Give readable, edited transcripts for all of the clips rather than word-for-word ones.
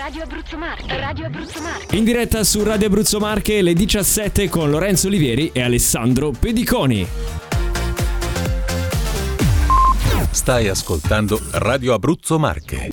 Radio Abruzzo Marche. Radio Abruzzo Marche. In diretta su Radio Abruzzo Marche, le 17 con Lorenzo Olivieri e Alessandro Pediconi. Stai ascoltando Radio Abruzzo Marche.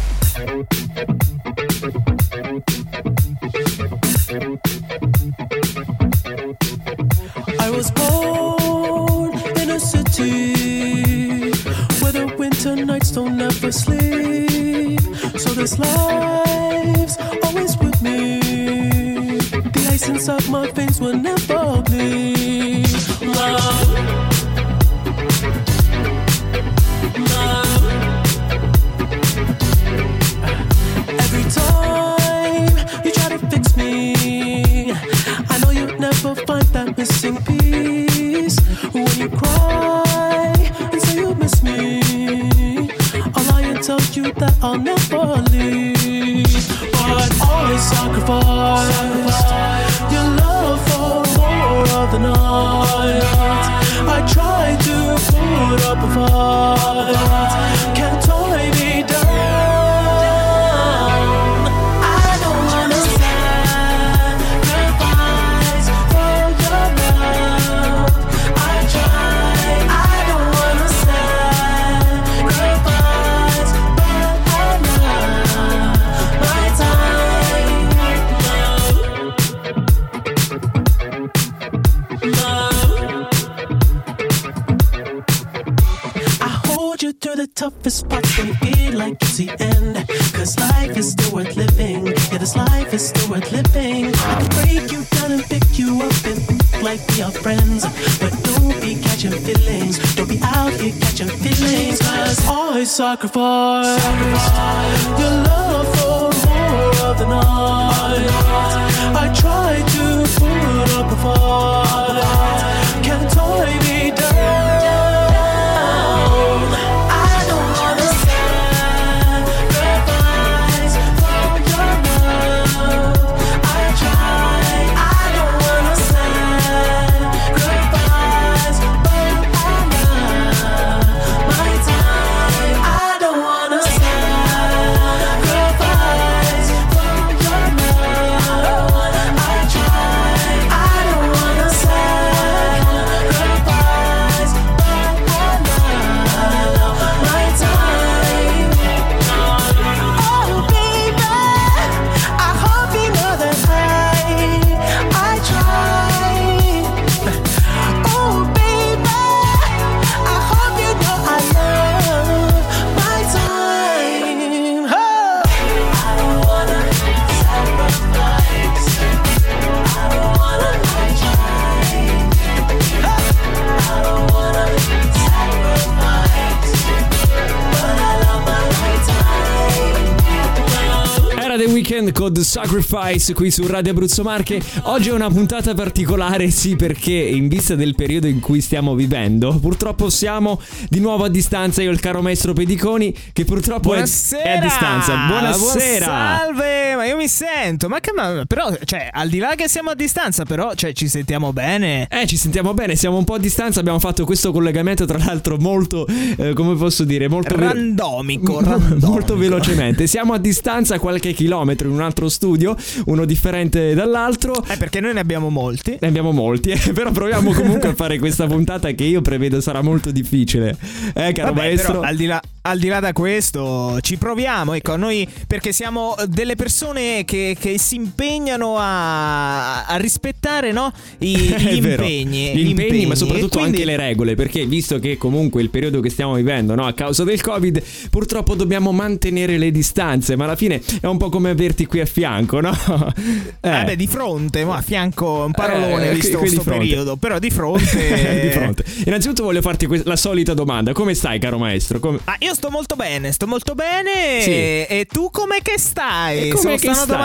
I was born in a city where the winter nights don't ever sleep. So this life's always with me. The ice inside my veins will never bleed. Love. Every time you try to fix me, I know you'll never find that missing piece. When you cry and say you miss me, I'll lie and tell you that I'll never leave. But always sacrifice your love for more of the night. I try to put up a fight, can't tie me down. The toughest parts when you feel like it's the end. Cause life is still worth living. Yeah, this life is still worth living. I can break you down and pick you up and like we are friends. But don't be catching feelings. Don't be out here catching feelings. Cause I sacrifice your love for more of the night. I try to put up a fight, can't tie me down. Con Sacrifice qui su Radio Abruzzo Marche. Oggi è una puntata particolare, sì, perché in vista del periodo in cui stiamo vivendo, purtroppo siamo di nuovo a distanza. Io e il caro maestro Pediconi, che purtroppo è a distanza. Buonasera. Salve, ma io mi sento. Però, cioè, al di là che siamo a distanza, però, cioè, ci sentiamo bene. Ci sentiamo bene, siamo un po' a distanza. Abbiamo fatto questo collegamento, tra l'altro, molto, come posso dire, molto randomico. Molto velocemente. Siamo a distanza qualche chilometro in un altro studio, uno differente dall'altro. Perché noi ne abbiamo molti. Però proviamo comunque a fare questa puntata che io prevedo sarà molto difficile. Caro maestro. Però al di là da questo ci proviamo, ecco, noi perché siamo delle persone che si impegnano a rispettare, no? Gli impegni, ma soprattutto anche le regole, perché visto che comunque il periodo che stiamo vivendo, no, a causa del Covid, purtroppo dobbiamo mantenere le distanze, ma alla fine è un po' come averti qui a fianco, no? Di fronte, ma a fianco un parolone visto questo periodo, però di fronte. Di fronte. Innanzitutto voglio farti la solita domanda: come stai, caro maestro? Io sto molto bene. Sì. E tu com'è che stai? Sto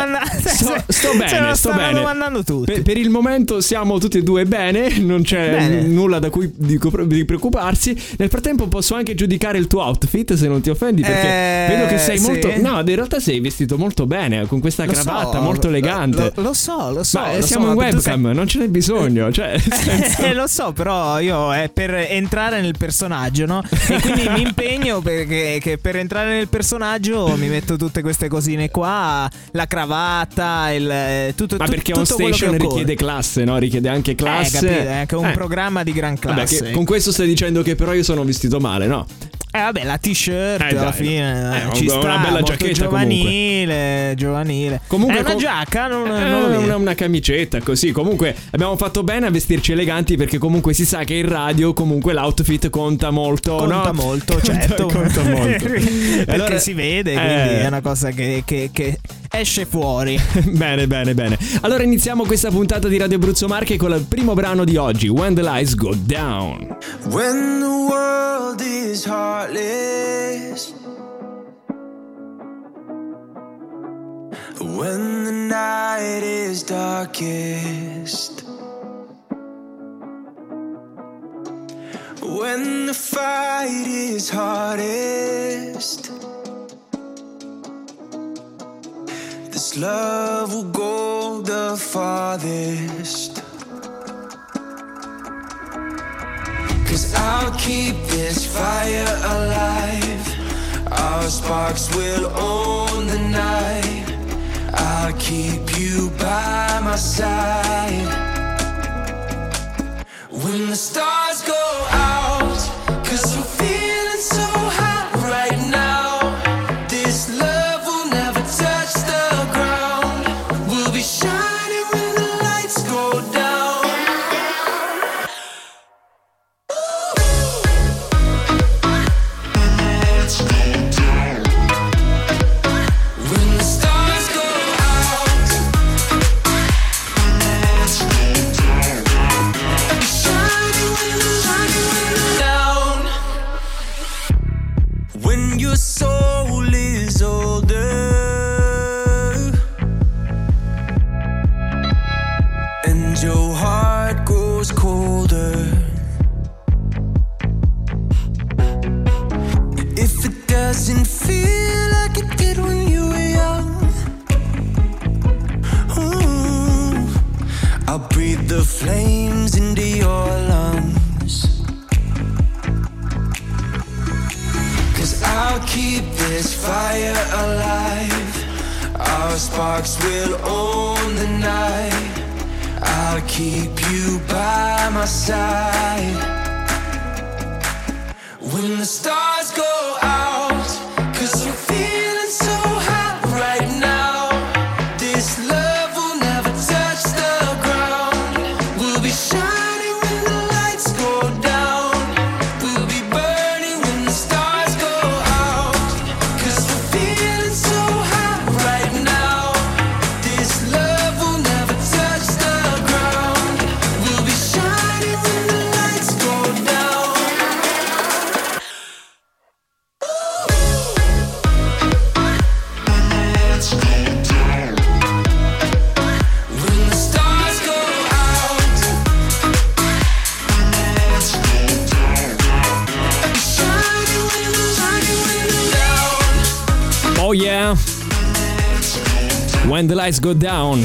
bene. Domandando tutti. Per il momento siamo tutti e due bene, non c'è nulla di preoccuparsi. Nel frattempo posso anche giudicare il tuo outfit, se non ti offendi, perché vedo che sei molto. No, in realtà sei vestito molto bene, con questa cravatta molto elegante. Lo so. Ma siamo in webcam, non ce n'è bisogno. Cioè, lo so, però io è per entrare nel personaggio, no? E quindi mi impegno per che per entrare nel personaggio mi metto tutte queste cosine qua, la cravatta, tutto. Ma perché tutto On Station quello che richiede classe, no? Richiede anche classe. Capite? È anche un programma di gran classe. Vabbè, con questo stai dicendo che però io sono vestito male, no? Vabbè, la t-shirt alla dai, fine ci sta, una bella giacchetta giovanile. Comunque è una giacca, non lo vedo. Una camicetta così. Comunque abbiamo fatto bene a vestirci eleganti, perché comunque si sa che in radio comunque l'outfit conta molto, conta no? molto, certo. Conta molto. Perché allora, si vede, quindi è una cosa che esce fuori. Bene. Allora iniziamo questa puntata di Radio Abruzzo Marche con il primo brano di oggi, When the Lights Go Down. When the world is heartless, when the night is darkest, when the fight is hardest, this love will go the farthest. 'Cause I'll keep this fire alive. Our sparks will own the night. I'll keep you by my side. When the stars go out, 'cause I'm feeling so hot right now. This love will never touch the ground. We'll be shining when the lights go down. Soul is older and your heart grows colder. If it doesn't feel like it did when you were young, I'll breathe the flames into your lungs. I'll keep this fire alive. Our sparks will own the night. I'll keep you by my side. When the stars go out, 'cause we're feeling so hot right now. This love will never touch the ground. We'll be shining when the lights go down. We'll be burning when the stars go out. 'Cause we're feeling so hot right now. This love will never touch the ground. We'll be shining when the lights go down. When the stars go out, shining when the down. Oh yeah, When the Lights Go Down.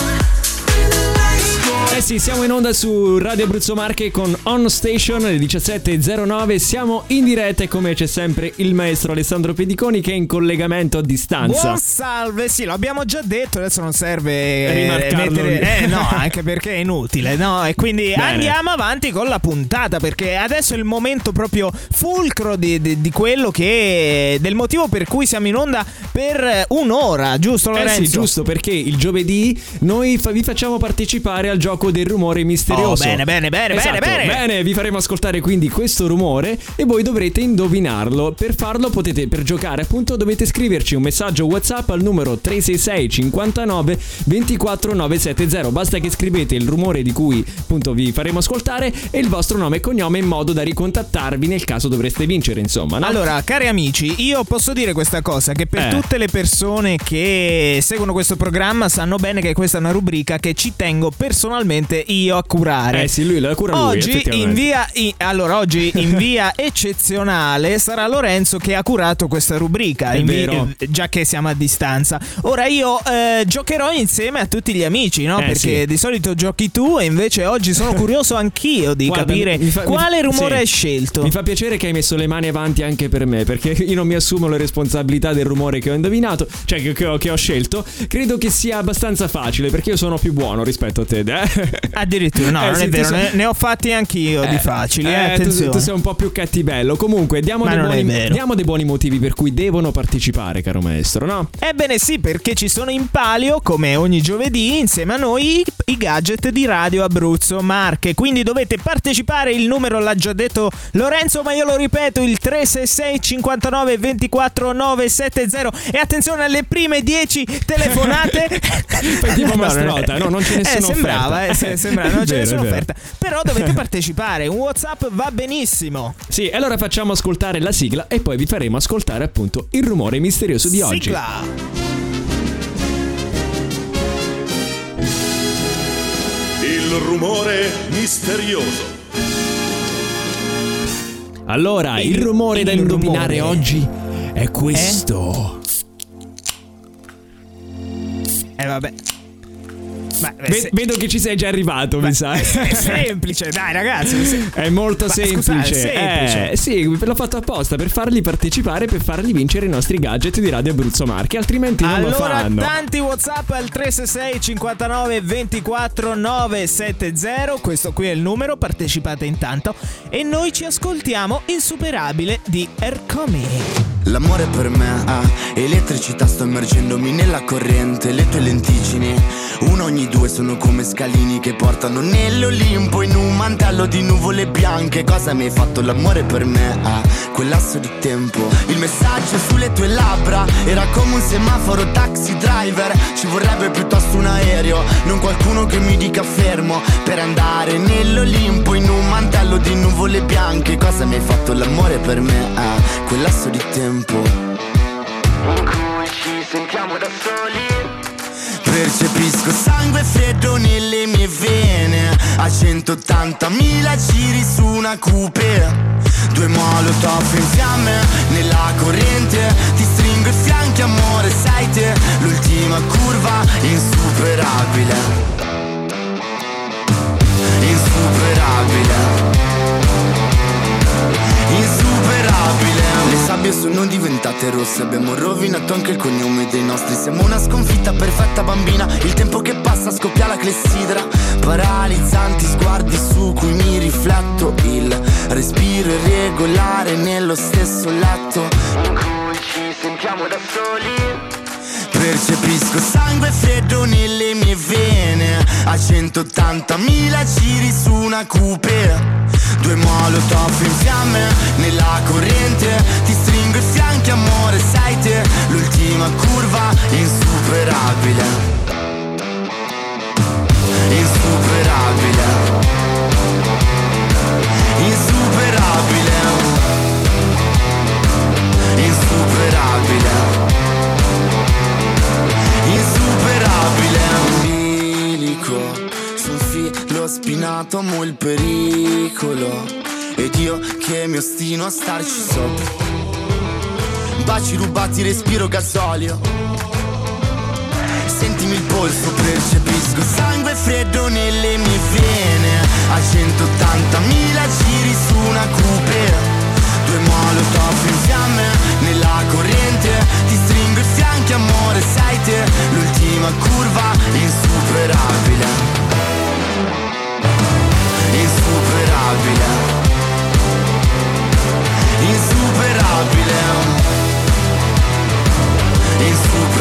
Eh sì, siamo in onda su Radio Abruzzo Marche con On Station alle 17.09. Siamo in diretta e come c'è sempre il maestro Alessandro Pediconi che è in collegamento a distanza. Buon salve, sì, lo abbiamo già detto, adesso non serve rimarcarlo. no, anche perché è inutile, no? E quindi andiamo avanti con la puntata, perché adesso è il momento proprio fulcro di quello che del motivo per cui siamo in onda per un'ora, giusto Lorenzo? Sì, giusto, perché il giovedì noi vi facciamo partecipare al gioco del rumore misterioso. Bene, vi faremo ascoltare quindi questo rumore e voi dovrete indovinarlo. Per farlo per giocare appunto dovete scriverci un messaggio WhatsApp al numero 366 59 24 970. Basta che scrivete il rumore di cui appunto vi faremo ascoltare e il vostro nome e cognome in modo da ricontattarvi nel caso dovreste vincere, insomma, no? Allora, cari amici, io posso dire questa cosa, che per tutte le persone che seguono questo programma sanno bene che questa è una rubrica che ci tengo personalmente personalmente io a curare. Sì, lui la cura lui. Oggi in via eccezionale sarà Lorenzo che ha curato questa rubrica, già che siamo a distanza. Ora io giocherò insieme a tutti gli amici, no? Perché di solito giochi tu e invece oggi sono curioso anch'io di capire quale rumore hai scelto. Mi fa piacere che hai messo le mani avanti anche per me, perché io non mi assumo le responsabilità del rumore che ho indovinato, cioè che ho scelto. Credo che sia abbastanza facile perché io sono più buono rispetto a te. Addirittura no, non è vero, ne ho fatti anch'io di facili. Attenzione. Tu sei un po' più cattivello. Comunque diamo dei buoni motivi per cui devono partecipare, caro maestro, no? Ebbene sì, perché ci sono in palio, come ogni giovedì, insieme a noi i gadget di Radio Abruzzo Marche. Quindi dovete partecipare, il numero l'ha già detto Lorenzo, ma io lo ripeto, il 366 59 24 970. E attenzione alle prime 10 telefonate. Tipo Mastrota, no, non c'è nessuna offerta. Sembrava, non c'è nessuna vero. offerta. Però dovete partecipare, un WhatsApp va benissimo. Sì, allora facciamo ascoltare la sigla e poi vi faremo ascoltare appunto il rumore misterioso di oggi. Sigla. Il rumore misterioso. Allora, il rumore da indovinare oggi è questo. Vabbè. Vedo che ci sei già arrivato, mi sa. È semplice, dai ragazzi. È molto semplice. Semplice. Sì, l'ho fatto apposta per farli partecipare, per farli vincere i nostri gadget di Radio Abruzzo Marche, altrimenti non lo fanno. Allora, tanti WhatsApp al 366 59 24 970. Questo qui è il numero, partecipate intanto. E noi ci ascoltiamo Insuperabile di Ercomi. L'amore per me elettricità, sto immergendomi nella corrente. Le tue lentiggini, uno ogni due, sono come scalini che portano nell'Olimpo in un mantello di nuvole bianche. Cosa mi hai fatto l'amore per me? Quel lasso di tempo, il messaggio sulle tue labbra era come un semaforo taxi driver. Ci vorrebbe piuttosto un aereo, non qualcuno che mi dica fermo, per andare nell'Olimpo in un mantello di nuvole bianche. Cosa mi hai fatto l'amore per me? Quel lasso di tempo in cui ci sentiamo da soli. Percepisco sangue freddo nelle mie vene, a 180.000 giri su una coupe. Due molotov in fiamme nella corrente, ti stringo i fianchi amore, sei te l'ultima curva insuperabile. Insuperabile. Insuperabile. Le sabbie sono diventate rosse, abbiamo rovinato anche il cognome dei nostri. Siamo una sconfitta perfetta bambina, il tempo che passa scoppia la clessidra. Paralizzanti sguardi su cui mi rifletto, il respiro irregolare nello stesso letto in cui ci sentiamo da soli. Percepisco sangue freddo nelle mie vene, a 180.000 giri su una coupe. Due molotov in fiamme nella corrente, ti stringo i fianchi amore, sei te l'ultima curva insuperabile. Insuperabile. Insuperabile. Insuperabile. Insuperabile. Umbilico su un filo spinato, amo il pericolo, ed io che mi ostino a starci sopra. Baci rubati, respiro gasolio, sentimi il polso, percepisco sangue freddo nelle mie vene, a 180.000 giri su una coupe. Due molotov in fiamme nella corrente, ti stringo i fianchi amore, sei te l'ultima curva insuperabile. Insuperabile. Insuperabile.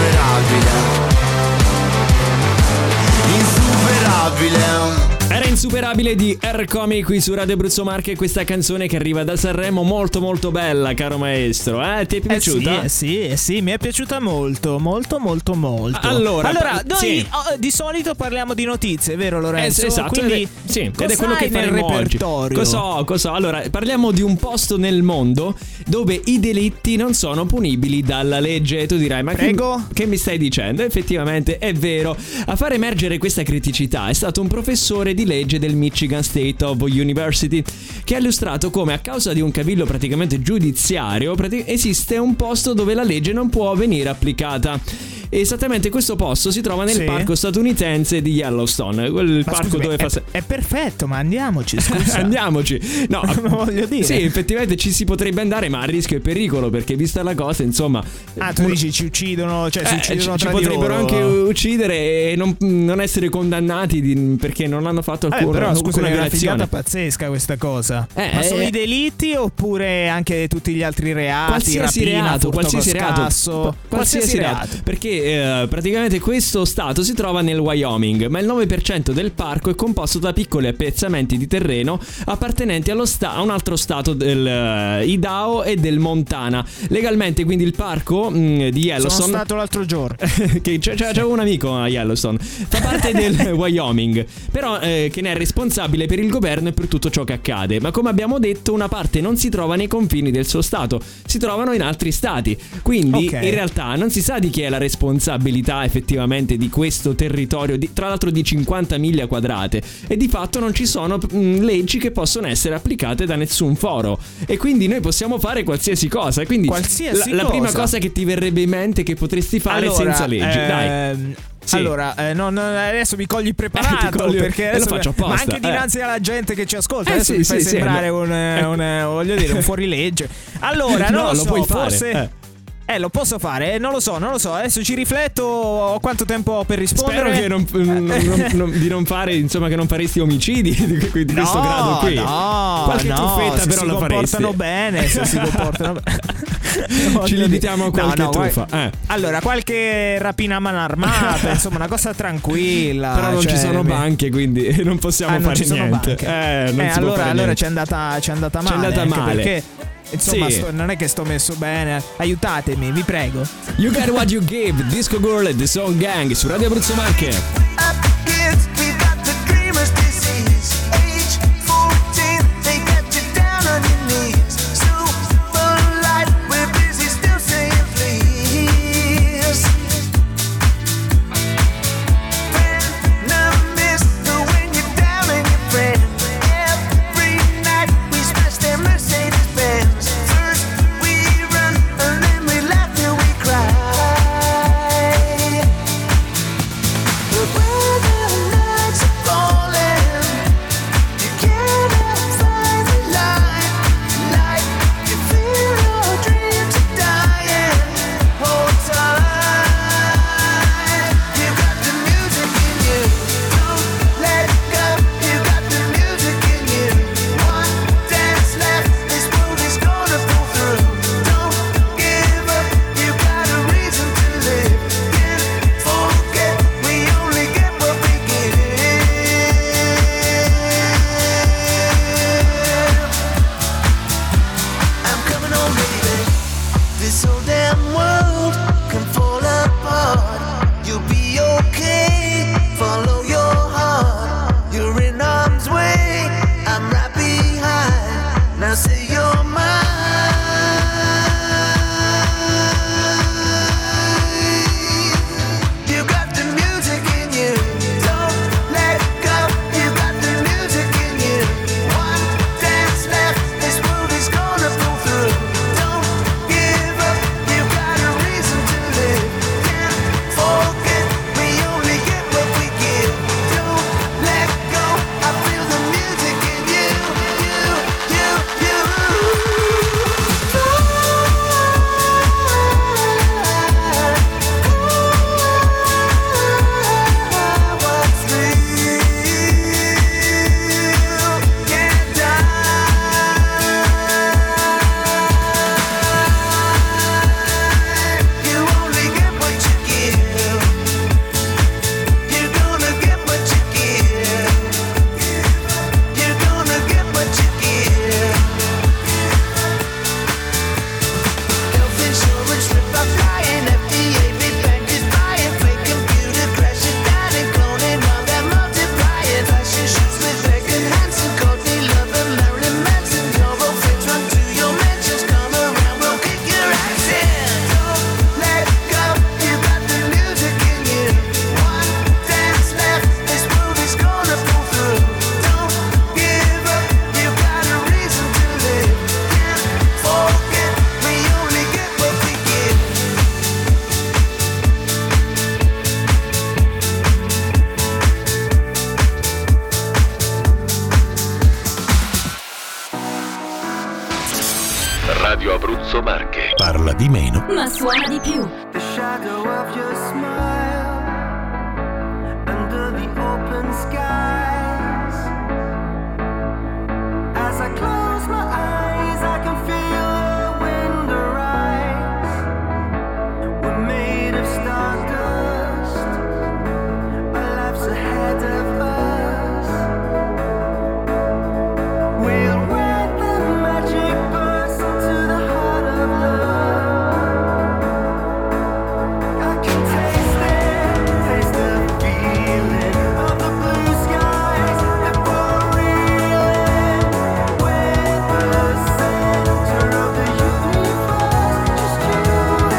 Insuperabile. Insuperabile. Era Insuperabile di R-Comi qui su Radio Abruzzo Marche. Questa canzone che arriva da Sanremo, molto molto bella, caro maestro. Ti è piaciuta? Sì, mi è piaciuta molto. Allora, noi di solito parliamo di notizie, vero Lorenzo? Esatto, quindi ed è quello che faremo oggi. Cosa? Allora, parliamo di un posto nel mondo dove i delitti non sono punibili dalla legge. Tu dirai, ma che mi stai dicendo? Effettivamente è vero. A far emergere questa criticità è stato un professore di legge del Michigan State of University che ha illustrato come, a causa di un cavillo praticamente giudiziario, esiste un posto dove la legge non può venire applicata. Esattamente, questo posto si trova nel parco statunitense di Yellowstone, quel parco dove è perfetto, ma andiamoci, scusa. Andiamoci. No, voglio dire. Sì, effettivamente ci si potrebbe andare, ma a rischio e pericolo, perché vista la cosa, insomma. Tu dici ci uccidono, cioè si uccidono ci tra potrebbero di loro. anche uccidere e non essere condannati perché non hanno fatto alcuna scusa, è una violazione. figata pazzesca questa cosa. Ma sono i delitti oppure anche tutti gli altri reati? Qualsiasi reato. Perché praticamente questo stato si trova nel Wyoming, ma il 9% del parco è composto da piccoli appezzamenti di terreno appartenenti a un altro stato del Idaho e del Montana. Legalmente, quindi, il parco di Yellowstone, sono stato l'altro giorno che c'avevo un amico a Yellowstone, fa parte del Wyoming, però che ne è responsabile per il governo e per tutto ciò che accade. Ma come abbiamo detto, una parte non si trova nei confini del suo stato, si trovano in altri stati, quindi in realtà non si sa di chi è la responsabilità effettivamente di questo territorio, tra l'altro di 50 miglia quadrate, e di fatto non ci sono leggi che possono essere applicate da nessun foro, e quindi noi possiamo fare qualsiasi cosa. Quindi la prima cosa che ti verrebbe in mente che potresti fare senza leggi, dai. Sì. Allora, adesso mi cogli preparato perché adesso lo faccio apposta. Ma anche dinanzi alla gente che ci ascolta, adesso mi fai sembrare voglio dire, un fuorilegge. Allora, non lo puoi forse fare. Lo posso fare? Non lo so. Adesso ci rifletto. Quanto tempo ho per rispondere? Spero che di non fare, insomma, che non faresti omicidi di questo grado qui. Qualche truffetta però lo faresti. Se si comportano bene, ci limitiamo a qualche truffa. Allora, qualche rapina a mano armata, insomma, una cosa tranquilla. Però non ci sono banche, quindi non possiamo fare niente. Allora c'è andata male. Perché insomma, non è che sto messo bene. Aiutatemi, vi prego. You Got What You Give, Disco Girl e The Song Gang su Radio Abruzzo Marche. We'll Abruzzo Marche. Parla di meno, Ma suona di più. The shadow of your smile under the open skies. As I close my eyes, I can feel the wind arise. We're made of stardust. Our lives ahead of us. We'll ride the magic bus into the heart of love. I can taste the feeling of the blue skies that we're reeling. We're the center of the universe, just you and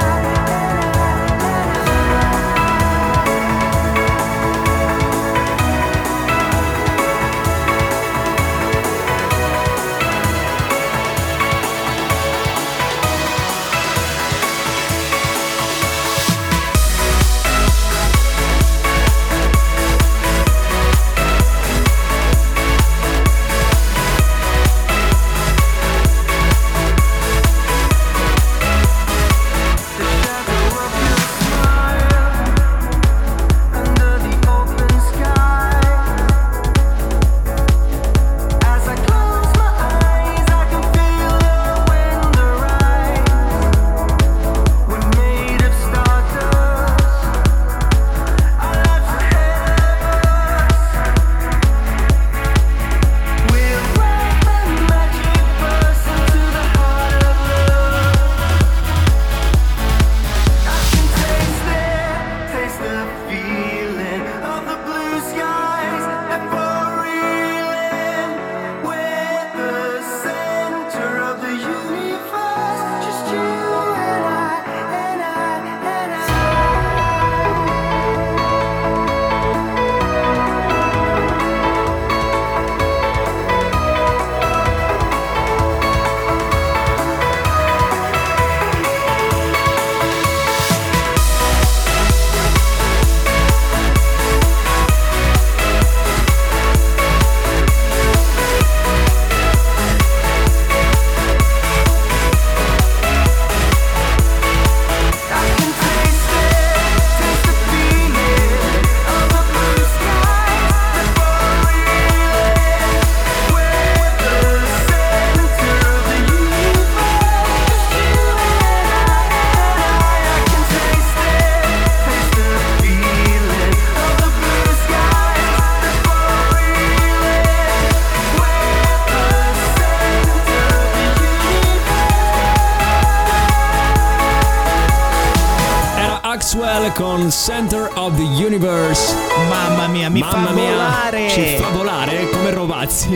con Center of the Universe. Mamma mia, mi fa volare. Ci fa volare come Rovazzi.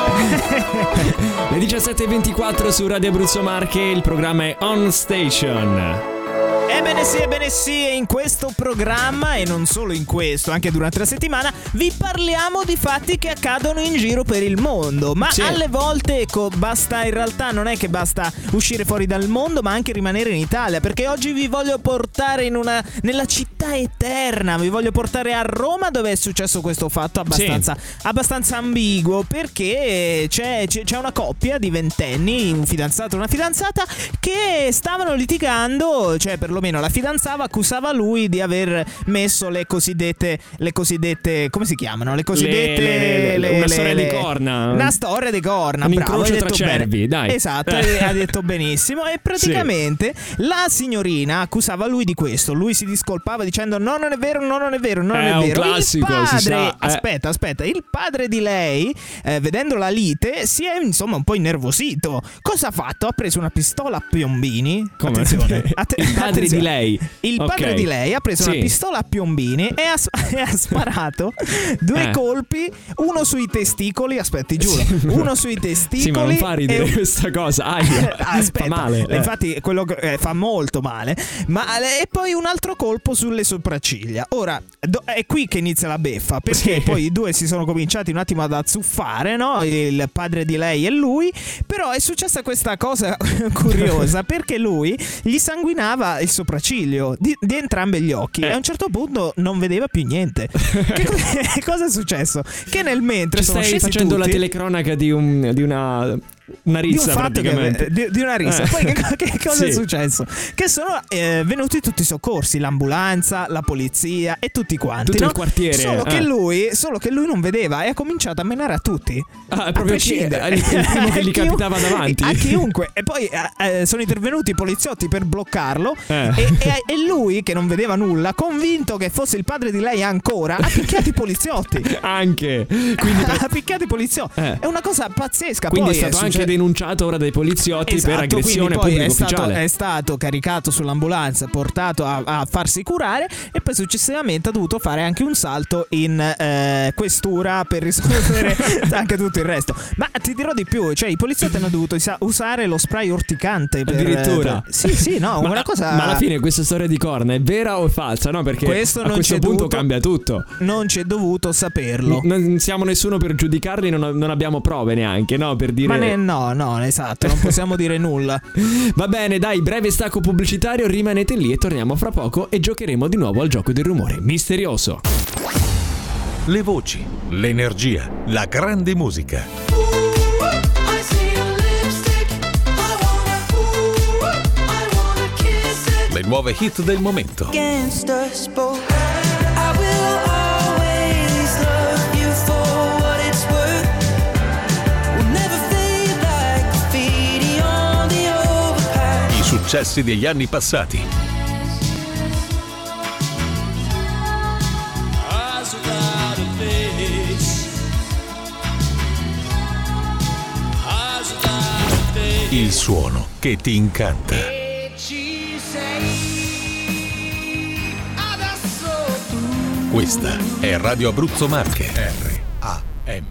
Le 17:24 su Radio Abruzzo Marche, il programma è On Station. Ebbene sì, e in questo programma, e non solo in questo, anche durante la settimana, vi parliamo di fatti che accadono in giro per il mondo. Ma sì, alle volte, ecco, basta, in realtà non è che basta uscire fuori dal mondo, ma anche rimanere in Italia, perché oggi vi voglio portare nella città eterna, vi voglio portare a Roma, dove è successo questo fatto abbastanza ambiguo, perché c'è una coppia di ventenni, un fidanzato e una fidanzata, che stavano litigando, cioè perlomeno la fidanzata accusava lui di aver messo le cosiddette come si chiamano? Le cosiddette una storia di corna. Una storia di corna, un bravo, incrocio tra cervi, dai. Esatto, ha detto benissimo. E praticamente la signorina accusava lui di questo. Lui si discolpava dicendo no, non è vero. Un classico, aspetta, il padre di lei, vedendo la lite, si è insomma un po' innervosito. Cosa ha fatto? Ha preso una pistola a piombini. Come? Attenzione. Il padre di lei. Il padre di lei ha preso una pistola a piombini e ha sparato due colpi, uno sui testicoli, aspetti, giuro, uno sui testicoli. Sì, ma non fa ridere questa cosa. Aspetta, fa male. Infatti quello fa molto male. E poi un altro colpo sulle sopracciglia. Ora è qui che inizia la beffa, perché poi i due si sono cominciati un attimo ad azzuffare, no? Il padre di lei e lui. Però è successa questa cosa curiosa, perché lui gli sanguinava il sopracciglio di entrambi gli occhi e a un certo punto non vedeva più niente. Cosa è successo? Che nel mentre sono stai scesi facendo tutti, la telecronaca di una una rissa, praticamente. Di una rissa. Poi che cosa è successo? Che sono venuti tutti i soccorsi, l'ambulanza, la polizia e tutti quanti. Tutto il quartiere. Solo che lui non vedeva e ha cominciato a menare a tutti. Ah, proprio il primo che gli capitava davanti. A chiunque. E poi sono intervenuti i poliziotti per bloccarlo. E lui, che non vedeva nulla, convinto che fosse il padre di lei ancora, ha picchiato i poliziotti. Anche. Quindi ha picchiato i poliziotti. È una cosa pazzesca. Quindi poi è stato anche denunciato ora dai poliziotti per aggressione a pubblico ufficiale. È stato caricato sull'ambulanza, portato a farsi curare e poi successivamente ha dovuto fare anche un salto in questura per risolvere anche tutto il resto. Ma ti dirò di più, cioè i poliziotti hanno dovuto usare lo spray urticante addirittura. Sì, no, una cosa. Ma alla fine questa storia di Corna è vera o è falsa? No, perché a questo punto cambia tutto. Non c'è dovuto saperlo. Non siamo nessuno per giudicarli, non abbiamo prove neanche, no? Per dire. Ma no, esatto, non possiamo dire nulla. Va bene, dai, breve stacco pubblicitario, rimanete lì e torniamo fra poco e giocheremo di nuovo al gioco del rumore misterioso. Le voci, l'energia, la grande musica. Le nuove hit del momento. I successi degli anni passati. Il suono che ti incanta. Questa è Radio Abruzzo Marche. RAM.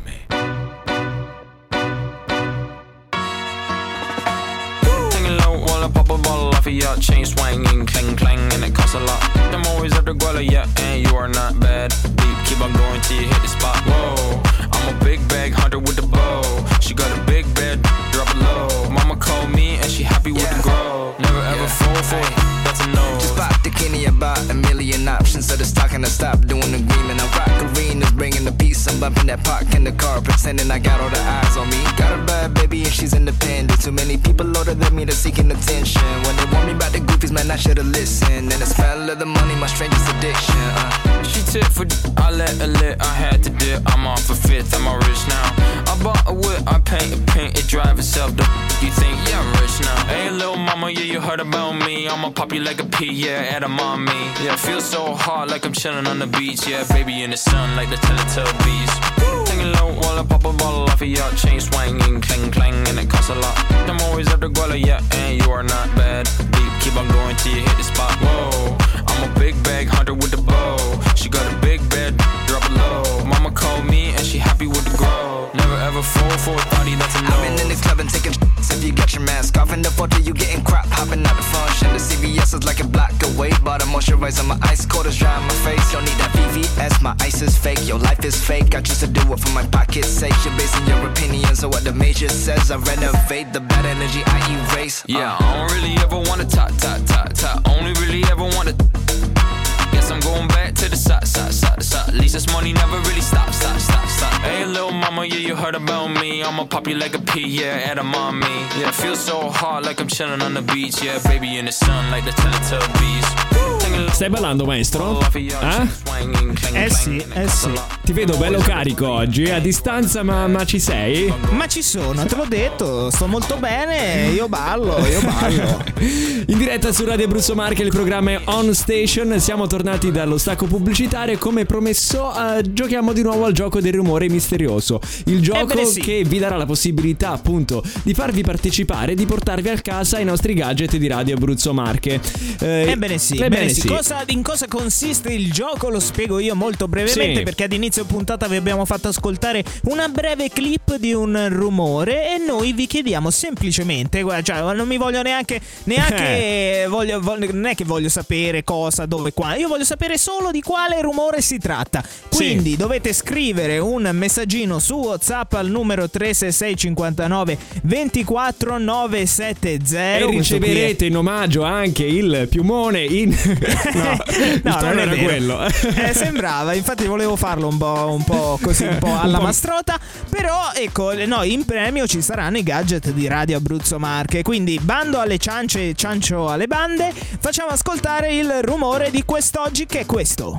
Pop a bottle off of your chain swinging, clang clang, and it costs a lot. I'm always at the guala, yeah, and you are not bad. Deep, keep on going till you hit the spot. Whoa, I'm a big bag hunter with the bow. She got a big bed, drop it low. Mama called me and she happy with the grow. Never ever fall for it, that's a no. Just pop the Kenny about a million options. So the stock and I stop doing agreement. I rock arenas, bringing the peace. I'm bumping that park in the car, pretending I got all the eyes on me. Got a bad baby and she's independent. Too many people older than me, they're seeking attention. When they warn me about the goofies, man, I should've listened. And the smell of the money, my strangest addiction. She tip for I let her lit, I had to dip. I'm off a fifth, I'm all rich now. I bought a whip, I paint a paint, it drive itself. You think, yeah, I'm rich now. Hey, little mama, yeah, you heard about me. I'ma pop you like a pea, yeah, at a mommy. Yeah, feel so hot like I'm chilling on the beach. Yeah, baby in the sun like the Teletubbies. Singing low while I pop a bottle off of your chain swinging, clang clang, and it costs a lot. I'm always at the guala, yeah, and you are not bad. Deep, keep on going till you hit the spot. Whoa, I'm a big bag hunter with the bow. She got a big bed, drop it low. Mama called me and she happy with the grow. Never ever fall for a party, that's a no. I've been in the club and taking if you got your mask off. In the photo you getting crap, hopping out the function. The CVS is like a block away. Bought a moisturizer, my ice cold is dry on my face. Don't need that VVS, my ice is fake. Your life is fake, I choose to do it for my pocket's sake. You're basing your opinions on what the major says. I renovate the bad energy, I erase. Yeah, I don't really ever wanna talk. Only really ever wanna. Guess I'm going back to the side. At least this money never really stops. Hey, little mama, yeah, you heard about me. I'ma pop you like a pea, yeah, at a mommy. Yeah, feel so hot like I'm chilling on the beach. Yeah, baby in the sun like the Teletubbies. Stai ballando, maestro? Sì. Ti vedo bello carico oggi, a distanza, ma ci sei? Ma ci sono, te l'ho detto, sto molto bene, io ballo. In diretta su Radio Abruzzo Marche, il programma è On Station. Siamo tornati dallo stacco pubblicitario e come promesso giochiamo di nuovo al gioco del rumore misterioso. Il gioco che vi darà la possibilità appunto di farvi partecipare, di portarvi a casa i nostri gadget di Radio Abruzzo Marche. Ebbene sì. In cosa consiste il gioco? Lo spiego io molto brevemente, perché ad inizio puntata vi abbiamo fatto ascoltare una breve clip di un rumore e noi vi chiediamo semplicemente, cioè non mi voglio neanche non è che voglio sapere cosa, dove, qua. Io voglio sapere solo di quale rumore si tratta. Quindi dovete scrivere un messaggino su WhatsApp al numero 366 59 24 970 e riceverete in omaggio anche il piumone in... no, non era quello. Sembrava, infatti volevo farlo un po' così, un po' alla Mastrota. Però ecco, no, in premio ci saranno i gadget di Radio Abruzzo Marche. Quindi bando alle ciance e ciancio alle bande. Facciamo ascoltare il rumore di quest'oggi, che è questo.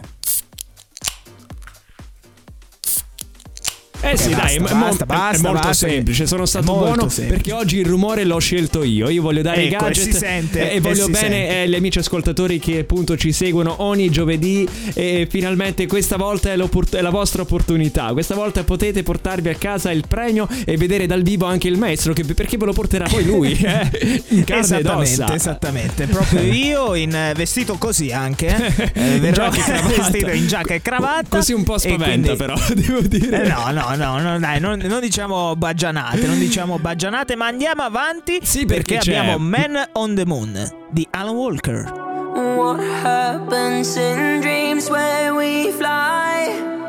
Sì, dai, basta, è molto semplice. Sono stato buono perché oggi il rumore l'ho scelto io. Io voglio dare i gadget, si sente, e voglio bene gli amici ascoltatori che appunto ci seguono ogni giovedì. E finalmente questa volta è la vostra opportunità. Questa volta potete portarvi a casa il premio e vedere dal vivo anche il maestro, perché ve lo porterà poi lui in carne ed ossa. Esattamente, proprio io in vestito così anche verrò vestito in giacca e cravatta. Così un po' spaventa, però devo dire. No, dai, non diciamo baggianate, ma andiamo avanti, sì, perché abbiamo Man on the Moon di Alan Walker. What happens in dreams where we fly?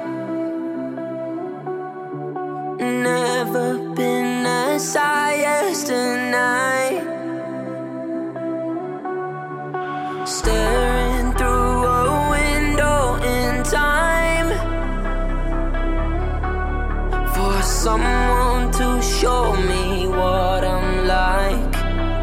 Never been as high as tonight. Staring through a window in time for someone to show me what I'm like.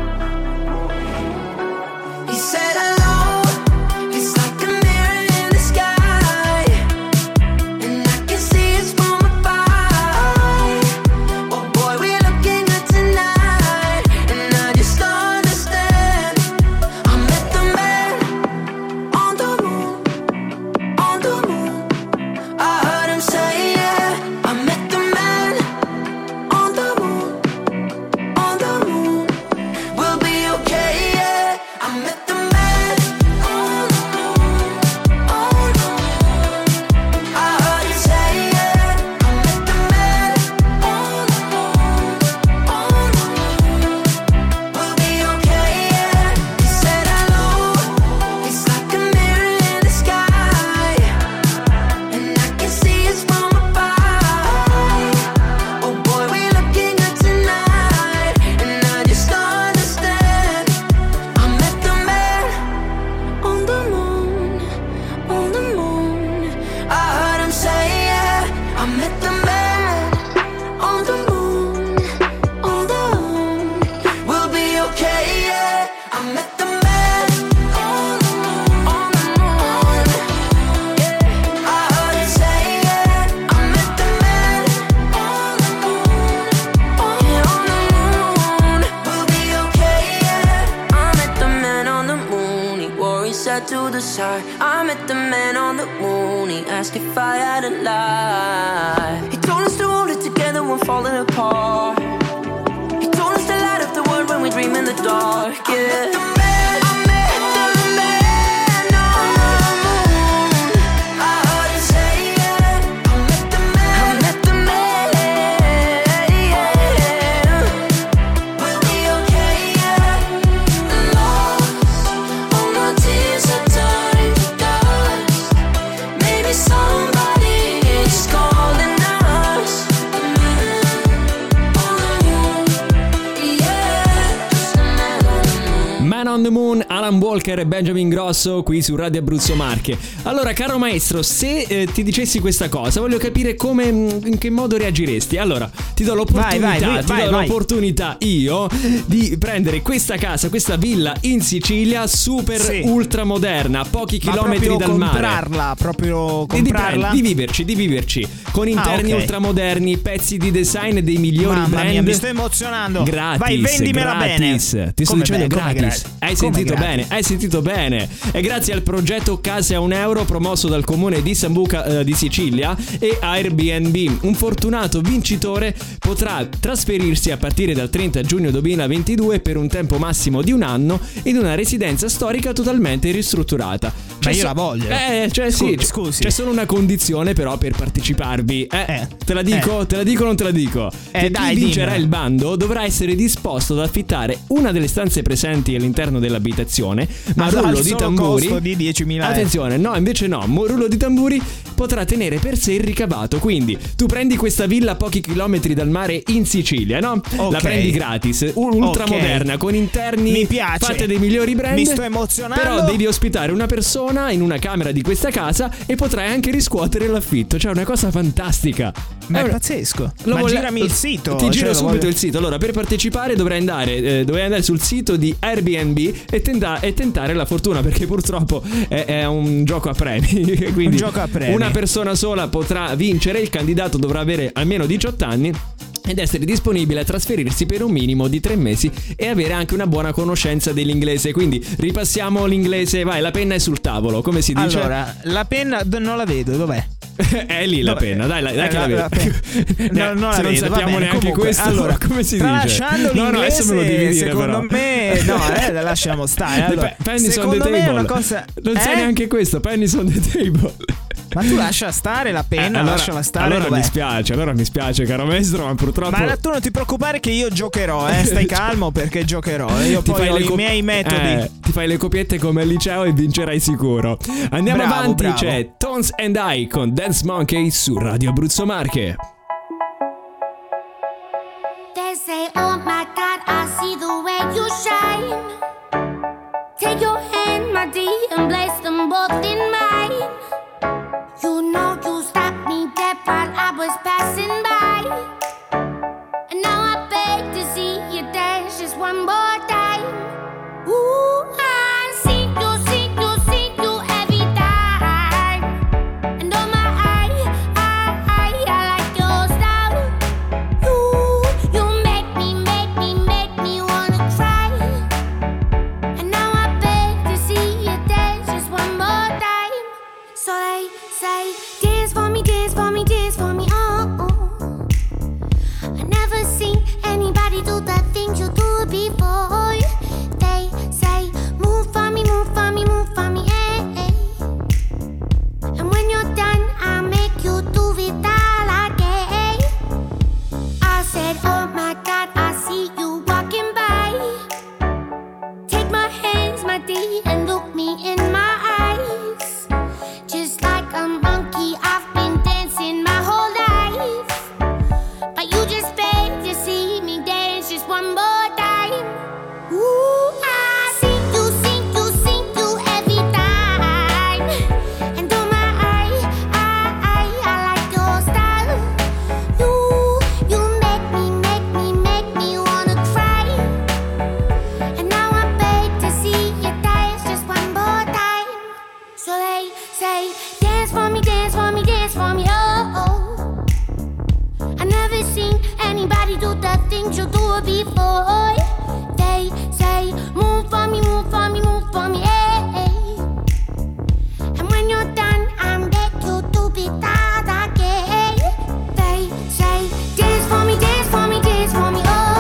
He said hello, it's like a mirror in the sky, and I can see it's from above. Oh boy, we're looking good tonight, and I just don't understand. I met the man on the moon, on the moon. I heard him say yeah, I met the man on the moon, on the moon. We'll be okay, yeah. I met the man on the moon, on the moon. I heard him say yeah, I met the man on the moon, on the moon. We'll be okay, yeah. He said hello, it's like a mirror in the sky, and I can see it's from above. Oh boy, we're looking good tonight, and I just don't understand. I met the man on the moon, on the moon. I heard him say yeah, I met the man on the moon, on the moon. We'll be okay, yeah. I met the man on the moon, on the moon. Yeah, I heard him say yeah, I met the man on the moon, on the moon. We'll be okay, yeah. I met the man on the moon. He wore his hat to the side. I met the man on the moon. He asked if I had a lie. He told us to hold it together when falling apart. He told us to light up the world when we dream in the dark. Yeah. I met the man on the moon. I heard him say yeah, I met the man, I met the man. Yeah. We'll be okay, yeah. Lost, all my tears are turned to dust. Maybe somebody is calling us. The man on the moon, yeah. Just the man on the moon. Man on the Moon, Alan Walker e Benjamin Grosso qui su Radio Abruzzo Marche. Allora, caro maestro, se ti dicessi questa cosa, voglio capire in che modo reagiresti. Allora, ti do l'opportunità io di prendere questa casa, questa villa in Sicilia, super ultra moderna, pochi chilometri dal mare. Proprio comprarla, di viverci con interni ultramoderni, pezzi di design dei migliori Mamma brand. Mia, mi sto emozionando. Gratis, vai, vendimela gratis. bene. Ti sto dicendo gratis. Hai sentito gratis? bene, hai sentito bene. E grazie al progetto Case a €1 promosso dal comune di Sambuca di Sicilia e Airbnb, un fortunato vincitore potrà trasferirsi a partire dal 30 giugno 2022 per un tempo massimo di un anno in una residenza storica totalmente ristrutturata. Ma io la voglio. Scusi. C'è solo una condizione però per parteciparvi. Te la dico? Te la dico o non te la dico? Che chi vincerà il bando dovrà essere disposto ad affittare una delle stanze presenti all'interno all'interno dell'abitazione, ma al rullo di solo tamburi costo di 10.000 euro. Attenzione, no, invece no, rullo di tamburi potrà tenere per sé il ricavato. Quindi tu prendi questa villa a pochi chilometri dal mare in Sicilia, no? La prendi gratis, ultramoderna, con interni mi piace, fatte dei migliori brand. Mi sto emozionando. Però devi ospitare una persona in una camera di questa casa e potrai anche riscuotere l'affitto. Cioè, una cosa fantastica. Ma è pazzesco. Ma girami il sito. Ti giro subito il sito. Allora, per partecipare dovrai andare sul sito di Airbnb e tentare la fortuna, perché purtroppo è un gioco a premi. Quindi un gioco a premi. Una persona sola potrà vincere. Il candidato dovrà avere almeno 18 anni ed essere disponibile a trasferirsi per un minimo di 3 mesi e avere anche una buona conoscenza dell'inglese. Quindi ripassiamo l'inglese. Vai, la penna è sul tavolo, come si dice? Allora, la penna non la vedo, dov'è? È lì la penna, dai che la vedo. Non la se vedo, non sappiamo neanche comunque, questo, allora, come si tralasciando dice? l'inglese, adesso me lo devi dire, secondo me la lasciamo stare. Allora, pennies on the table. Non sai neanche questo, pennies on the table. Ma tu lascia stare la penna, lasciala stare. Allora mi spiace, caro maestro, ma purtroppo. Ma tu non ti preoccupare che io giocherò, stai calmo perché giocherò. Io poi ho i miei metodi. Ti fai le copiette come al liceo e vincerai sicuro. Andiamo avanti, c'è Tones and I con Dance Monkey su Radio Abruzzo Marche. They say, oh my God, I see the way you shine. Take your hand, my dear, and place them both in mine. You know you stopped me dead while I was passing by. And now I beg to see you dance just one more time. Ooh, I see you every time. And oh my, I like your style. You make me wanna cry. And now I beg to see you dance just one more time. So they say, dance for me, dance for me, dance for me, oh. I never seen anybody do the things you do before. They say, move for me, move for me, move for me, eh. And when you're done, I'll make you do it all again. I said, oh my God, I see you walking by. Take my hands, my dear, and look me in my eyes. Just like a monkey, I've been dancing my whole life. But you just beg to see me dance just one more time. Ooh, I see you every time. And oh my, I like your style. You make me wanna cry. And now I beg to see you dance just one more time. So they say, dance for me, dance for me, dance for me, oh. I never seen anybody do the things you do before. They say, move for me, move for me, move for me, eh. And when you're done, I'll make you do it all again. They say, dance for me, dance for me, dance for me,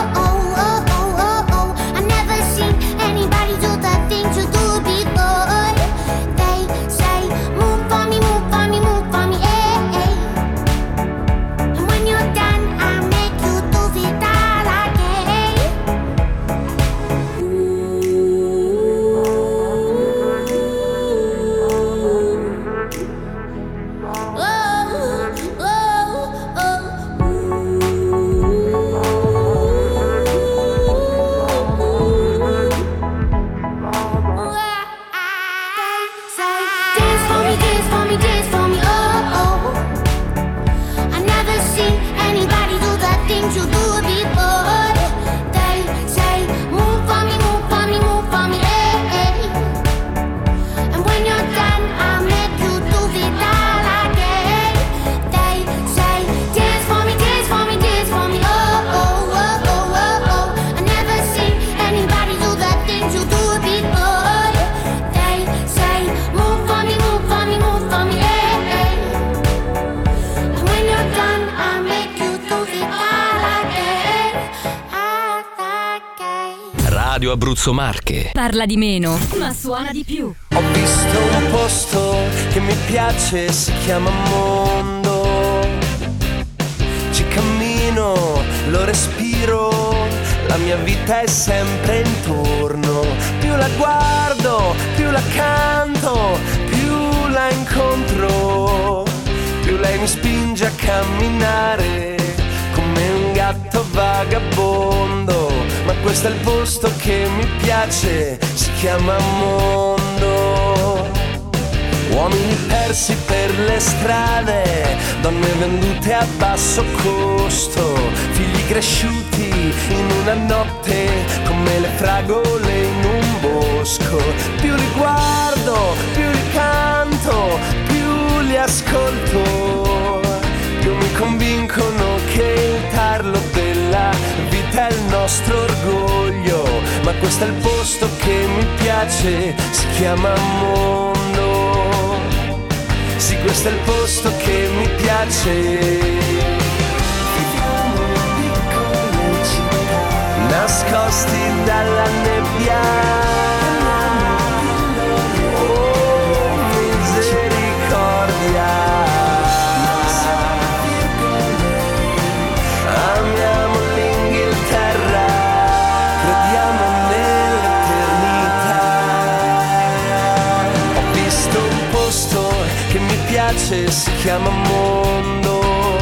oh. I never seen anybody do the things you do before. They say, move for me, move for me, move for me, eh. And when you're done, I'll make you do it all again. Dance for me, dance for me, dance for me, oh. I never seen anybody do the things you do before. They say, move for me, move for me, move for me, eh. And when you're done, I'll make you do it all again. They say, dance for me, dance for me, dance for me, oh. I never seen anybody do the things you do before. They say, move for me, move for me, move for me, eh. And when you're done, I'll make you do it all again. Radio Abruzzo Marche. Parla di meno, ma suona di più. Ho visto un posto che mi piace, si chiama mondo. Ci cammino, lo respiro, la mia vita è sempre intorno. Più più la guardo, più la canto, più la incontro, più lei mi spinge a camminare come un gatto vagabondo. Ma questo è il posto che mi piace, si chiama mondo. Uomini persi per le strade, donne vendute a basso costo, figli cresciuti in una notte come le fragole in un bosco. Più li guardo, più li canto, più li ascolto, più mi convincono che il tarlo della vita è il nostro orgoglio. Ma questo è il posto che mi piace, si chiama mondo. Sì, questo è il posto che mi piace. Viviamo in piccole città, nascosti dalla nebbia. Oh, misericordia. Amiamo l'Inghilterra, crediamo nell'eternità. Ho visto un posto che mi piace, si chiama mondo.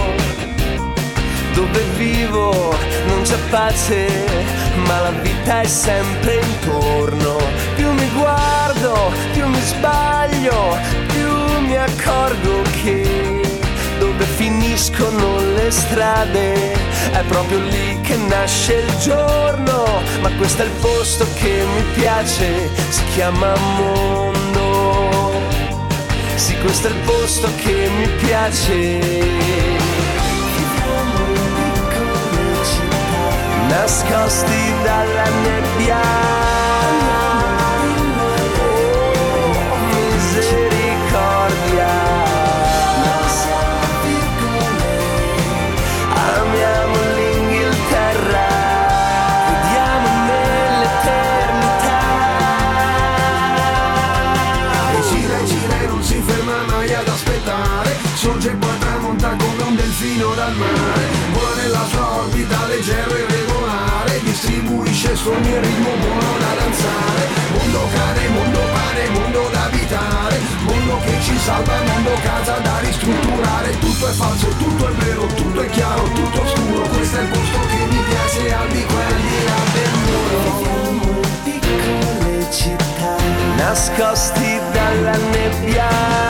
Dove vivo non c'è pace, ma la vita è sempre intorno. Più mi guardo, più mi sbaglio, più mi accorgo che dove finiscono le strade è proprio lì che nasce il giorno. Ma questo è il posto che mi piace, si chiama mondo. Sì, questo è il posto che mi piace. Viviamo in piccole città, nascosti dalla nebbia. Oh, misericordia. Amiamo l'Inghilterra, crediamo nell'eternità. E gira e non si ferma mai ad aspettare, sorge e poi tramonta come un delfino dal mare. Vola nella sua orbita leggero e regolare, distribuisce suoni e ritmo buono da danzare. Mondo cane, mondo pane, mondo da abitare, mondo che ci salva, mondo casa da ristrutturare. Tutto è falso, tutto è vero, tutto è chiaro, tutto oscuro. Questo è il posto che mi piace, al di qua e al di là del muro. Viviamo in piccole città, nascosti dalla nebbia.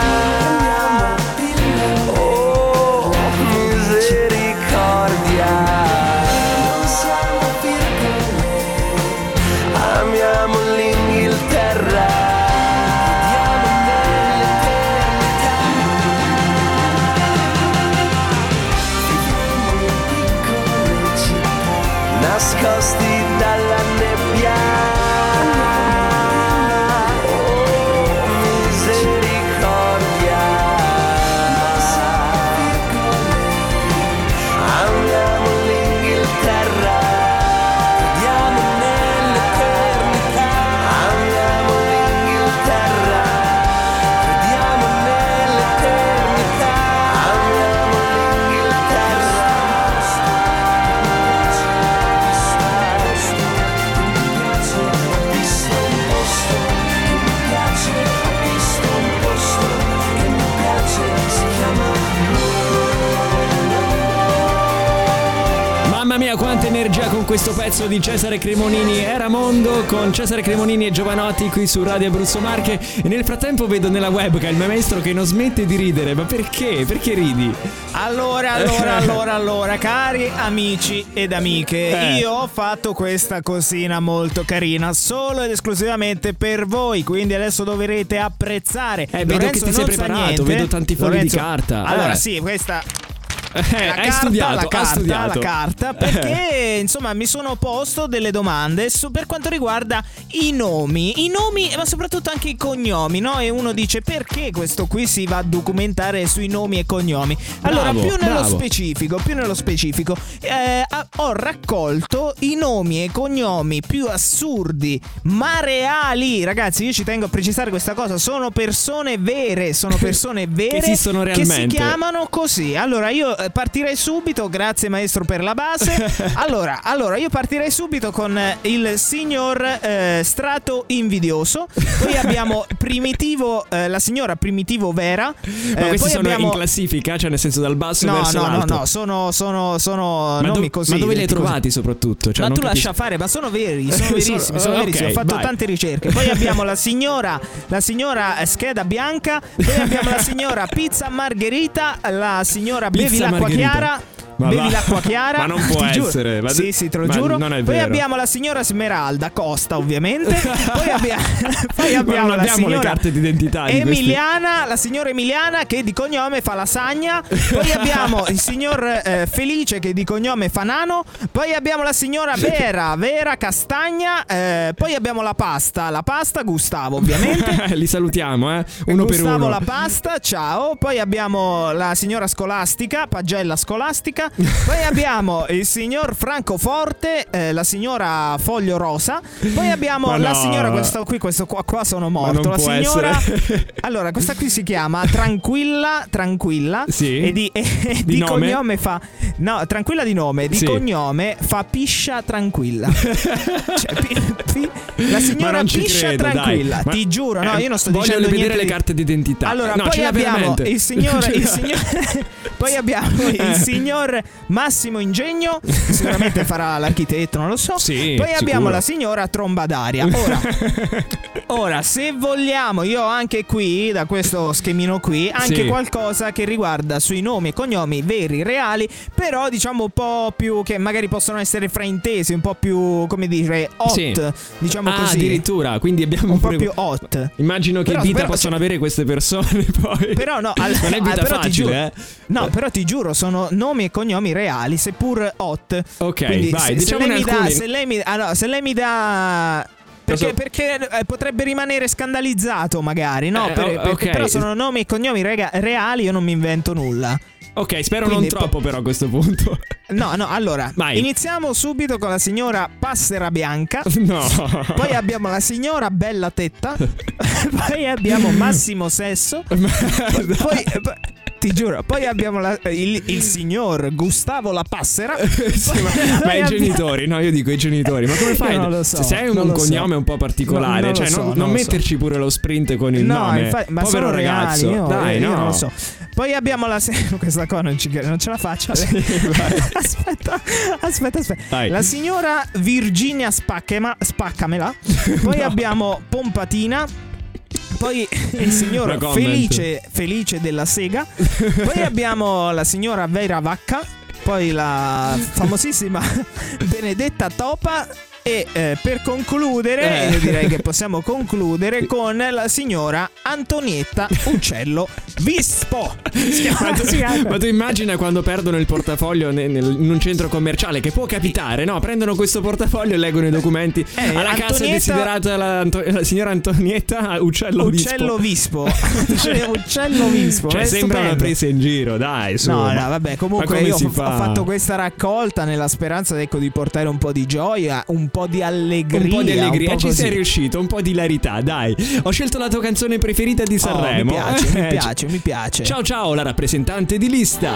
Oh, misericordia. Amiamo l'Inghilterra, crediamo nell'eternità. Viviamo in piccole città, nascosti dalla nebbia. Oh, misericordia. Amiamo l'Inghilterra, crediamo nell'eternità. Amiamo l'Inghilterra, crediamo nell'eternità. Amiamo l'Inghilterra. Ho visto un posto che mi piace, ho visto un posto che mi piace, si chiama Mamma mia, quanta energia con questo pezzo di Cesare Cremonini. Era mondo con Cesare Cremonini e Giovanotti qui su Radio Abruzzo Marche. E nel frattempo vedo nella webcam il mio maestro che non smette di ridere. Ma perché? Perché ridi? Allora, cari amici ed amiche, io ho fatto questa cosina molto carina solo ed esclusivamente per voi, quindi adesso dovrete apprezzare. Vedo Lorenzo che ti sei non sa preparato, niente. vedo tanti fogli Lorenzo, di carta. Allora sì, questa Hai studiato. la carta, perché insomma mi sono posto delle domande per quanto riguarda i nomi, ma soprattutto anche i cognomi, no? E uno dice: perché questo qui si va a documentare sui nomi e cognomi? Allora, più nello specifico, ho raccolto i nomi e cognomi più assurdi ma reali. Ragazzi, io ci tengo a precisare questa cosa: sono persone vere che esistono realmente, che si chiamano così. Allora io partirei subito, grazie maestro per la base. Allora, io partirei subito con il signor Strato Invidioso. Poi abbiamo Primitivo, la signora Primitivo Vera. Ma questi poi sono abbiamo... in classifica, cioè nel senso dal basso verso l'alto? No, sono nomi così. Ma dove li hai trovati soprattutto? Cioè, ma non tu capisco. lascia fare, ma sono veri, sono verissimi, sono verissimi. Ho fatto tante ricerche. Poi abbiamo la signora Scheda Bianca. Poi abbiamo la signora Pizza Margherita, la signora Bevi l'acqua chiara. Bevi l'acqua chiara. Ma non può essere. Sì, te lo giuro. Non è poi vero. abbiamo la signora Smeralda Costa, ovviamente. Poi abbiamo non la signora le carte d'identità Emiliana, la signora Emiliana che di cognome fa lasagna. Poi abbiamo il signor Felice che di cognome fa nano. Poi abbiamo la signora Vera Castagna. Poi abbiamo la pasta Gustavo, ovviamente. Li salutiamo, uno Gustavo per uno. la pasta, ciao. Poi abbiamo la signora Scolastica, Pagella Scolastica. Poi abbiamo il signor Francoforte, la signora Foglio Rosa. Poi abbiamo la signora, questo qua sono morto. La signora allora, questa qui si chiama Tranquilla. Sì. E di cognome fa Tranquilla di nome, di cognome fa Piscia Tranquilla. Cioè, la signora Piscia Tranquilla, ti giuro, io non sto dicendo niente. Voglio vedere le carte d'identità. Allora, poi abbiamo il signor poi abbiamo il signor Massimo Ingegno, sicuramente farà l'architetto, non lo so. Sì, poi abbiamo sicuro. la signora Tromba d'aria. Ora, se vogliamo, io ho anche qui, da questo schemino qui, anche qualcosa che riguarda sui nomi e cognomi veri, reali, però diciamo un po' più che magari possono essere fraintesi, un po' più, come dire, hot, diciamo così. Addirittura, quindi abbiamo un po' più hot. Immagino che vita possono avere queste persone poi. Però no, non è vita facile, No, però ti giuro, sono nomi e cognomi reali, seppur hot. Ok, quindi vai, diciamo se lei mi dà perché potrebbe rimanere scandalizzato magari, no? Però sono nomi e cognomi reali, io non mi invento nulla. Ok, spero quindi, non troppo però a questo punto. No, allora vai. Iniziamo subito con la signora Passera Bianca. No. Poi abbiamo la signora Bella Tetta. Poi abbiamo Massimo Sesso. Poi ti giuro, poi abbiamo il signor Gustavo La Passera. Ma i genitori, no, io dico i genitori. Ma come fai? Non lo so, se hai un cognome un po' particolare, non metterci pure lo sprint con il nome. Infatti, ma povero ragazzo. Reali, dai, io non lo so. Poi abbiamo questa qua non ce la faccio. Aspetta. Vai. La signora Virginia Spaccamela. Poi abbiamo Pompatina. Poi il signor Felice della Sega. Poi abbiamo la signora Vera Vacca. Poi la famosissima Benedetta Topa. E per concludere, io direi che possiamo concludere con la signora Antonietta Uccello Vispo. Ma tu immagina quando perdono il portafoglio in un centro commerciale, che può capitare, no? Prendono questo portafoglio e leggono i documenti. Alla cassa è desiderata la signora Antonietta Uccello Vispo. Uccello Vispo. Cioè sembra una presa in giro, dai, su. No, vabbè, comunque io ho fatto questa raccolta nella speranza, di portare un po' di gioia, un po' di allegria. Ci sei riuscito, un po' di hilarità, dai. Ho scelto la tua canzone preferita di Sanremo. Mi piace. Ciao, la rappresentante di lista.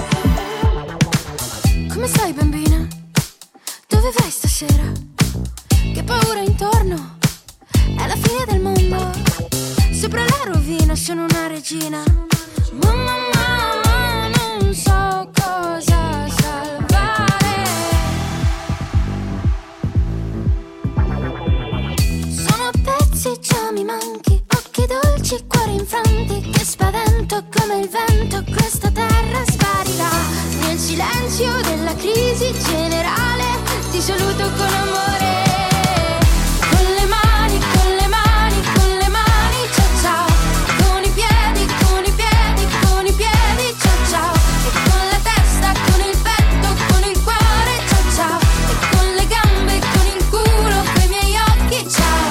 Come stai, bambina? Dove vai stasera? Che paura intorno? È la fine del mondo. Sopra la rovina sono una regina. Mamma, non so cosa salvare. Sono pezzi, già mi manchi. Occhi dolci, cuori infranti. Che spavento come il vento. Questa terra sparirà. Nel silenzio della crisi generale ti saluto con amore. Con le mani, ciao ciao. Con i piedi, ciao ciao. E con la testa, con il petto, con il cuore, ciao ciao. E con le gambe, con il culo, coi miei occhi, ciao.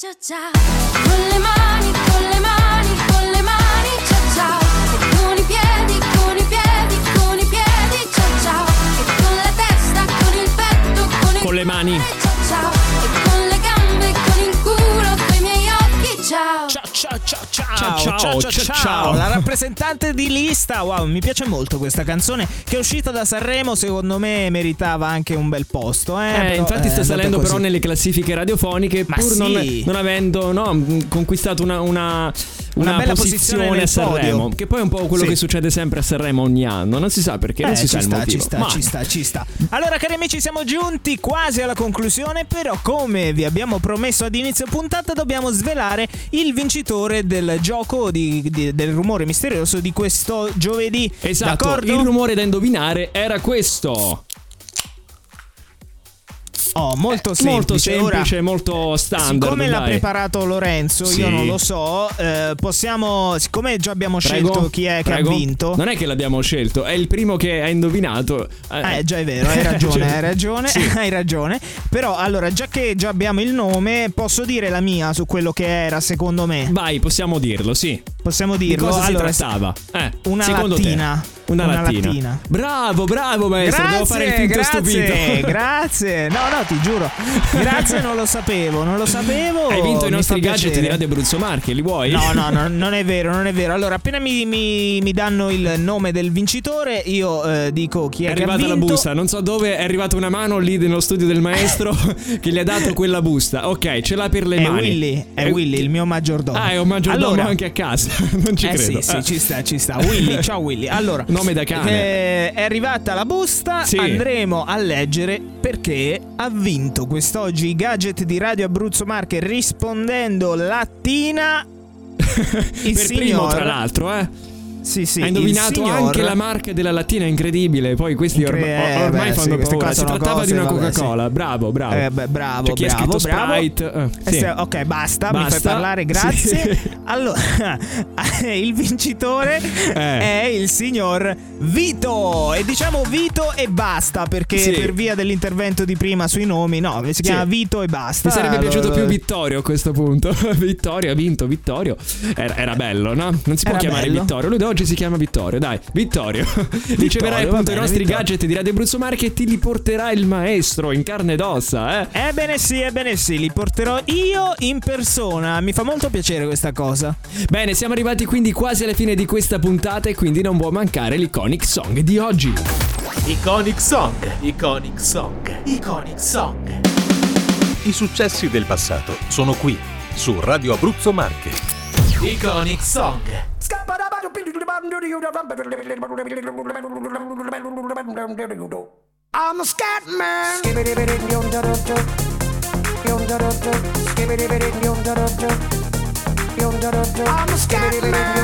ciao ciao. Con le mani, con le mani, con le mani, ciao ciao. E con i piedi, con i piedi, con i piedi, ciao ciao. E con la testa, con il petto, con le mani. Ciao ciao. E con le gambe, con il culo, con i miei occhi, ciao. Ciao ciao ciao ciao. La rappresentante di lista. Wow, mi piace molto questa canzone che è uscita da Sanremo, secondo me meritava anche un bel posto, però, infatti sta salendo però nelle classifiche radiofoniche. Ma pur sì. non avendo conquistato una bella posizione a Sanremo, podio. che poi è un po' quello che succede sempre a Sanremo ogni anno, non si sa perché, non si sa il motivo. Ci sta. Allora, cari amici, siamo giunti quasi alla conclusione, però come vi abbiamo promesso ad inizio puntata dobbiamo svelare il vincitore del gioco del rumore misterioso di questo giovedì. Esatto, d'accordo? il rumore da indovinare era questo. Molto semplice, ora, molto standard. Siccome l'ha preparato Lorenzo, io non lo so, possiamo, siccome già abbiamo scelto chi è che ha vinto. Non è che l'abbiamo scelto, è il primo che ha indovinato. Già è vero, hai ragione, sì. Hai ragione. Però allora, già che già abbiamo il nome, posso dire la mia su quello che era secondo me. Vai, possiamo dirlo, sì. Possiamo dirlo. Di cosa allora, si trattava? Una lattina. Una lattina. Bravo maestro, grazie, devo fare il finto stupito. Grazie. No, ti giuro. Grazie, non lo sapevo. Hai vinto i nostri gadget di Radio Abruzzo Marche, li vuoi? No, non è vero. Allora, appena mi danno il nome del vincitore, io dico chi è che ha vinto. È arrivata la busta, non so dove, è arrivata una mano lì nello studio del maestro che gli ha dato quella busta. Ok, ce l'ha per le mani. È Willy, il mio maggiordomo. È un maggiordomo anche a casa. Non ci credo. Sì, ci sta. Willy, ciao Willy. Allora, nome da cane. È arrivata la busta, andremo a leggere perché ha vinto quest'oggi i gadget di Radio Abruzzo Marche rispondendo lattina il per signor, primo tra l'altro, Sì, ha indovinato anche la marca della lattina, incredibile. Poi questi ormai fanno paura. Si trattava di una Coca-Cola. Sì. Bravo. Bravo. C'è chi ha scritto Sprite. Sì. Ok, basta, mi fai parlare, grazie. Sì. Allora, il vincitore è il signor Vito. E diciamo Vito e basta, perché per via dell'intervento di prima sui nomi, si chiama Vito e basta. Mi sarebbe piaciuto più Vittorio a questo punto. Vittorio ha vinto, Vittorio. Era bello, no? Non si può chiamare Vittorio. Lui da oggi si chiama Vittorio, dai, Vittorio. Riceverai appunto i nostri gadget di Radio Abruzzo Marche e ti li porterà il maestro in carne ed ossa, Ebbene sì, li porterò io in persona. Mi fa molto piacere questa cosa. Bene, siamo arrivati quindi quasi alla fine di questa puntata e quindi non può mancare l'Iconic Song di oggi. Iconic Song. I successi del passato sono qui, su Radio Abruzzo Marche. Iconic Song. I'm a scat man. I'm a scat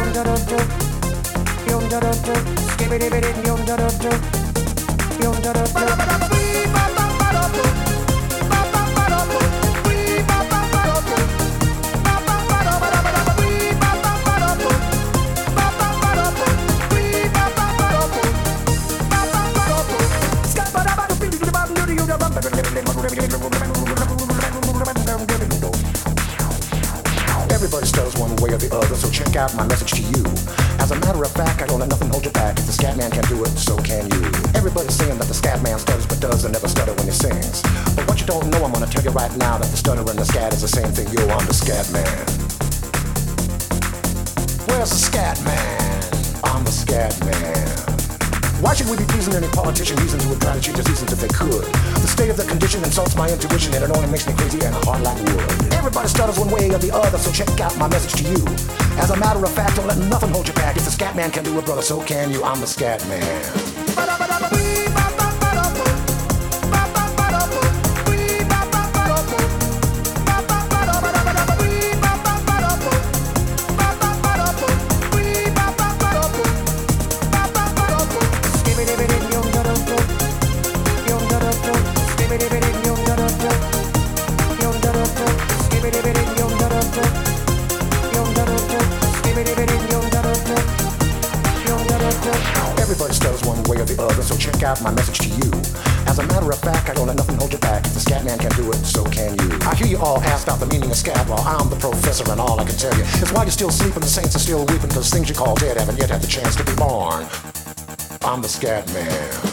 Everybody stutters one way or the other, so check out my message to you. As a matter of fact, I don't let nothing hold you back. If the scat man can do it, so can you. Everybody's saying that the scat man stutters but doesn't never stutter when he sings. But what you don't know, I'm gonna tell you right now that the stutter and the scat is the same thing. Yo, I'm the scat man. Where's the scat man? I'm the scat man. Why should we be pleasing any politician reasons who would try to change the seasons if they could? The state of the condition insults my intuition and it only makes me crazy and hard like wood. Everybody stutters one way or the other, so check out my message to you. As a matter of fact, don't let nothing hold you back. If the scat man can do it, brother, so can you. I'm the scat man. Everybody stutters one way or the other, so check out my message to you. As a matter of fact, I don't let nothing hold you back. If the scat man can do it, so can you. I hear You all asked out the meaning of scat. Well, I'm the professor, and all I can tell you is why you're still sleeping, the saints are still weeping, because things you call dead haven't yet had the chance to be born. I'm the scat man.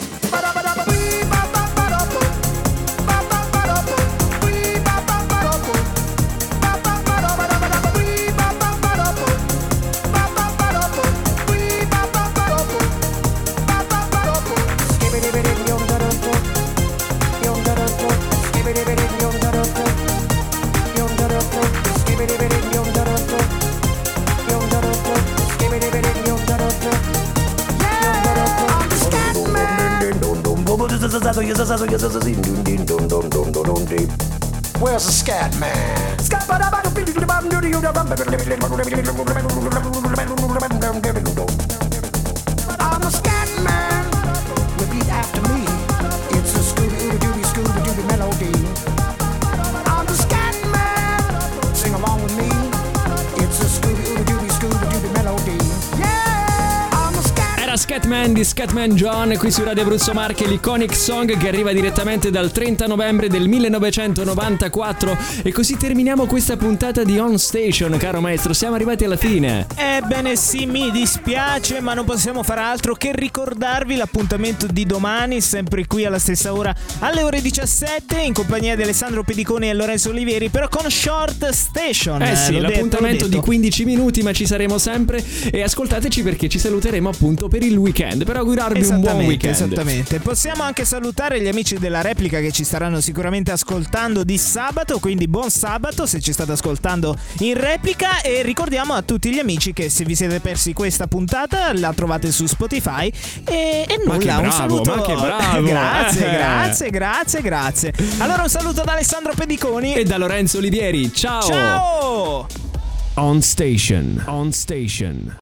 Where's the scat man? I'm a scat man. Repeat after me. It's a Scooby-Dooby melody. I'm the scat man. Sing along with me. It's a Scooby-Dooby melody. Era Scatman di Scatman John qui su Radio Abruzzo Marche, l'iconic song che arriva direttamente dal 30 novembre del 1994. E così terminiamo questa puntata di On Station, caro maestro, siamo arrivati alla fine. Ebbene sì, mi dispiace, ma non possiamo fare altro che ricordarvi l'appuntamento di domani, sempre qui alla stessa ora, alle ore 17, in compagnia di Alessandro Pediconi e Lorenzo Olivieri, però con Short Station. Sì, l'appuntamento di 15 minuti, ma ci saremo sempre. E ascoltateci perché ci saluteremo appunto per il weekend, per augurarvi un buon weekend. Esattamente. Possiamo anche salutare gli amici della replica che ci staranno sicuramente ascoltando di sabato, quindi buon sabato se ci state ascoltando in replica. E ricordiamo a tutti gli amici che se vi siete persi questa puntata la trovate su Spotify. E nulla, un saluto. Ma che bravo! Grazie. Allora un saluto da Alessandro Pediconi e da Lorenzo Olivieri. Ciao! Ciao! On Station.